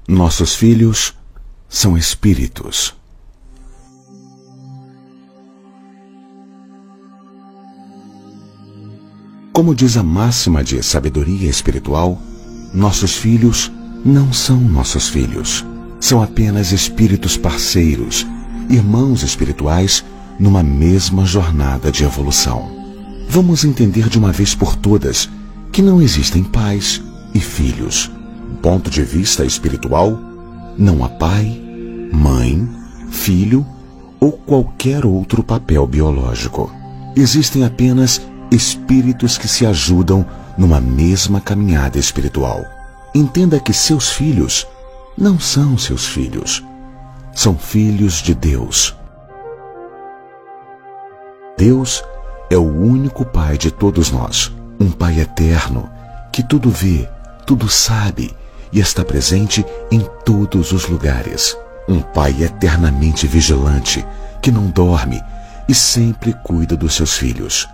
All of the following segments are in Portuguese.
Nossos filhos são espíritos. Como diz a máxima de sabedoria espiritual, nossos filhos não são nossos filhos. São apenas espíritos parceiros, irmãos espirituais numa mesma jornada de evolução. Vamos entender de uma vez por todas que não existem pais e filhos. Do ponto de vista espiritual, não há pai, mãe, filho ou qualquer outro papel biológico. Existem apenas espíritos que se ajudam numa mesma caminhada espiritual. Entenda que seus filhos não são seus filhos. São filhos de Deus. Deus é o único Pai de todos nós. Um Pai eterno que tudo vê, tudo sabe e está presente em todos os lugares. Um Pai eternamente vigilante que não dorme e sempre cuida dos seus filhos.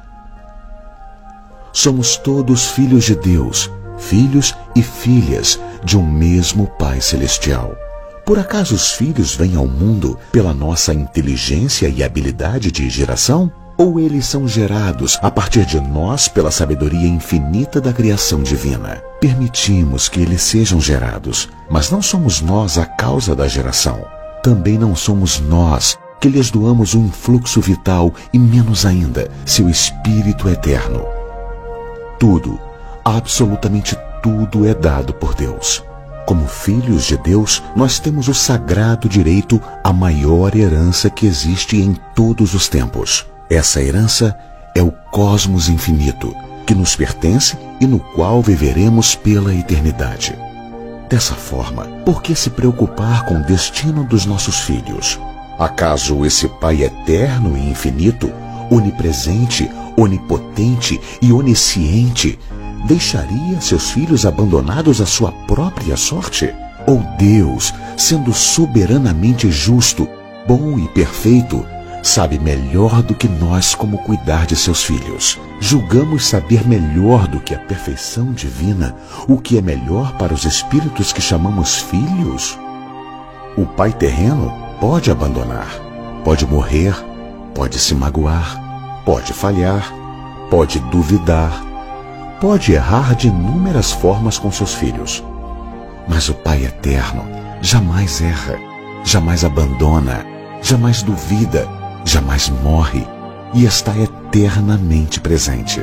Somos todos filhos de Deus, filhos e filhas de um mesmo Pai Celestial. Por acaso os filhos vêm ao mundo pela nossa inteligência e habilidade de geração? Ou eles são gerados a partir de nós pela sabedoria infinita da criação divina? Permitimos que eles sejam gerados, mas não somos nós a causa da geração. Também não somos nós que lhes doamos um influxo vital e menos ainda seu espírito eterno. Tudo, absolutamente tudo é dado por Deus. Como filhos de Deus, nós temos o sagrado direito à maior herança que existe em todos os tempos. Essa herança é o cosmos infinito, que nos pertence e no qual viveremos pela eternidade. Dessa forma, por que se preocupar com o destino dos nossos filhos? Acaso esse Pai eterno e infinito, onipresente, onipotente e onisciente, deixaria seus filhos abandonados à sua própria sorte? Ou Deus, sendo soberanamente justo, bom e perfeito, sabe melhor do que nós como cuidar de seus filhos? Julgamos saber melhor do que a perfeição divina o que é melhor para os espíritos que chamamos filhos? O Pai terreno pode abandonar, pode morrer, pode se magoar, pode falhar, pode duvidar, pode errar de inúmeras formas com seus filhos. Mas o Pai eterno jamais erra, jamais abandona, jamais duvida, jamais morre e está eternamente presente.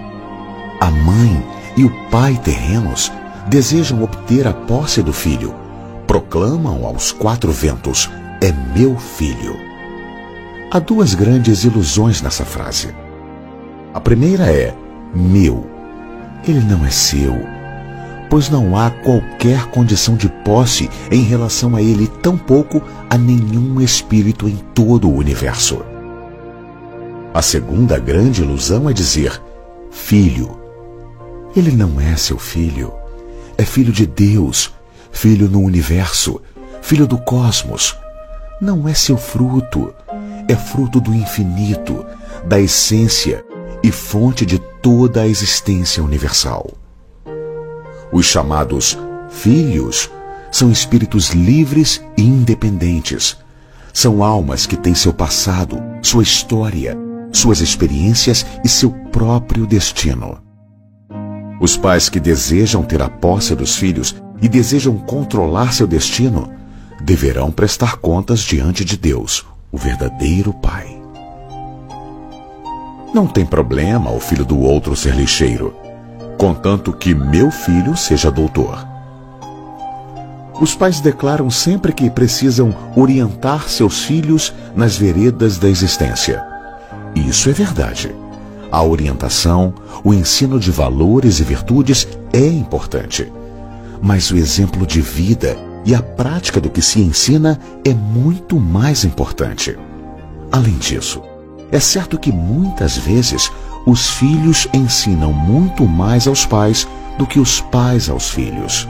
A mãe e o pai terrenos desejam obter a posse do filho, proclamam aos quatro ventos: é meu filho. Há duas grandes ilusões nessa frase. A primeira é meu. Ele não é seu, pois não há qualquer condição de posse em relação a ele, tampouco a nenhum espírito em todo o universo. A segunda grande ilusão é dizer filho. Ele não é seu filho, é filho de Deus, filho no universo, filho do cosmos. Não é seu fruto, é fruto do infinito, da essência e fonte de toda a existência universal. Os chamados filhos são espíritos livres e independentes. São almas que têm seu passado, sua história, suas experiências e seu próprio destino. Os pais que desejam ter a posse dos filhos e desejam controlar seu destino deverão prestar contas diante de Deus, o verdadeiro Pai. Não tem problema o filho do outro ser lixeiro, contanto que meu filho seja doutor. Os pais declaram sempre que precisam orientar seus filhos nas veredas da existência. Isso é verdade. A orientação, o ensino de valores e virtudes é importante. Mas o exemplo de vida e a prática do que se ensina é muito mais importante. Além disso, é certo que muitas vezes os filhos ensinam muito mais aos pais do que os pais aos filhos.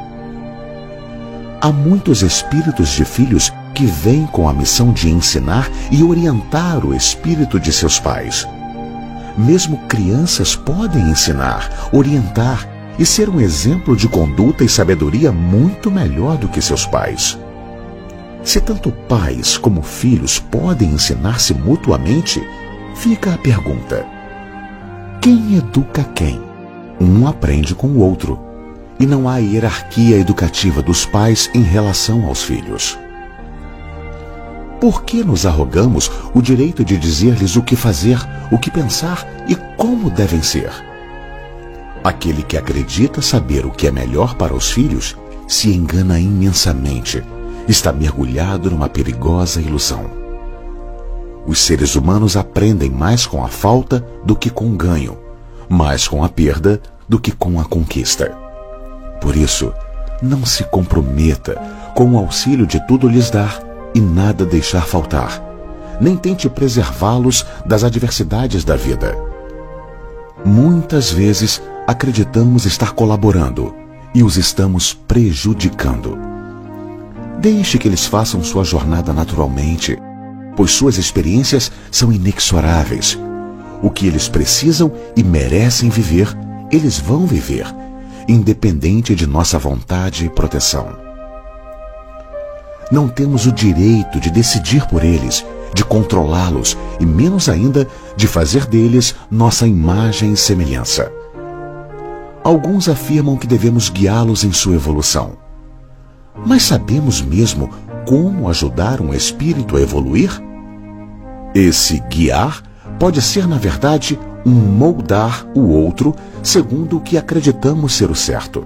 Há muitos espíritos de filhos que vêm com a missão de ensinar e orientar o espírito de seus pais. Mesmo crianças podem ensinar, orientar e ser um exemplo de conduta e sabedoria muito melhor do que seus pais. Se tanto pais como filhos podem ensinar-se mutuamente, fica a pergunta: quem educa quem? Um aprende com o outro, e não há hierarquia educativa dos pais em relação aos filhos. Por que nos arrogamos o direito de dizer-lhes o que fazer, o que pensar e como devem ser? Aquele que acredita saber o que é melhor para os filhos se engana imensamente, está mergulhado numa perigosa ilusão. Os seres humanos aprendem mais com a falta do que com o ganho, mais com a perda do que com a conquista. Por isso, não se comprometa com o auxílio de tudo lhes dar e nada deixar faltar, nem tente preservá-los das adversidades da vida. Muitas vezes acreditamos estar colaborando e os estamos prejudicando. Deixe que eles façam sua jornada naturalmente, pois suas experiências são inexoráveis. O que eles precisam e merecem viver, eles vão viver, independente de nossa vontade e proteção. Não temos o direito de decidir por eles, de controlá-los e menos ainda de fazer deles nossa imagem e semelhança. Alguns afirmam que devemos guiá-los em sua evolução. Mas sabemos mesmo como ajudar um espírito a evoluir? Esse guiar pode ser, na verdade, um moldar o outro segundo o que acreditamos ser o certo.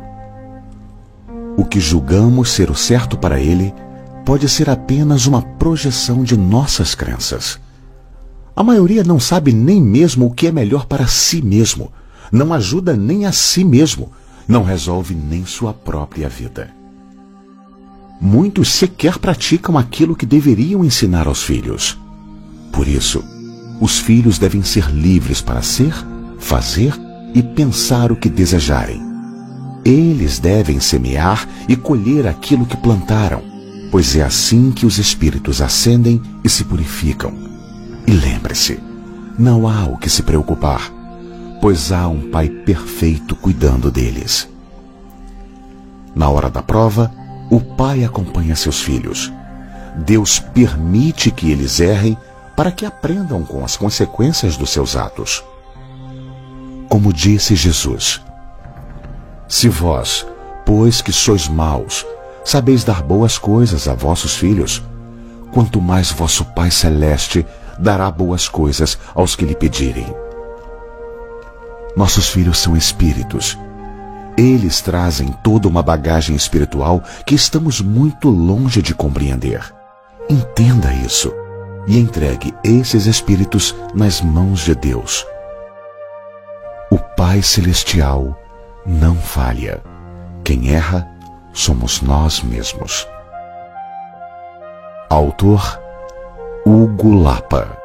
O que julgamos ser o certo para ele pode ser apenas uma projeção de nossas crenças. A maioria não sabe nem mesmo o que é melhor para si mesmo, não ajuda nem a si mesmo, não resolve nem sua própria vida. Muitos sequer praticam aquilo que deveriam ensinar aos filhos. Por isso, os filhos devem ser livres para ser, fazer e pensar o que desejarem. Eles devem semear e colher aquilo que plantaram, pois é assim que os espíritos ascendem e se purificam. E lembre-se, não há o que se preocupar, pois há um Pai perfeito cuidando deles. Na hora da prova, o Pai acompanha seus filhos. Deus permite que eles errem para que aprendam com as consequências dos seus atos. Como disse Jesus: se vós, pois que sois maus, sabeis dar boas coisas a vossos filhos, quanto mais vosso Pai Celeste dará boas coisas aos que lhe pedirem. Nossos filhos são espíritos. Eles trazem toda uma bagagem espiritual que estamos muito longe de compreender. Entenda isso e entregue esses espíritos nas mãos de Deus. O Pai Celestial não falha. Quem erra somos nós mesmos. Autor Hugo Lapa.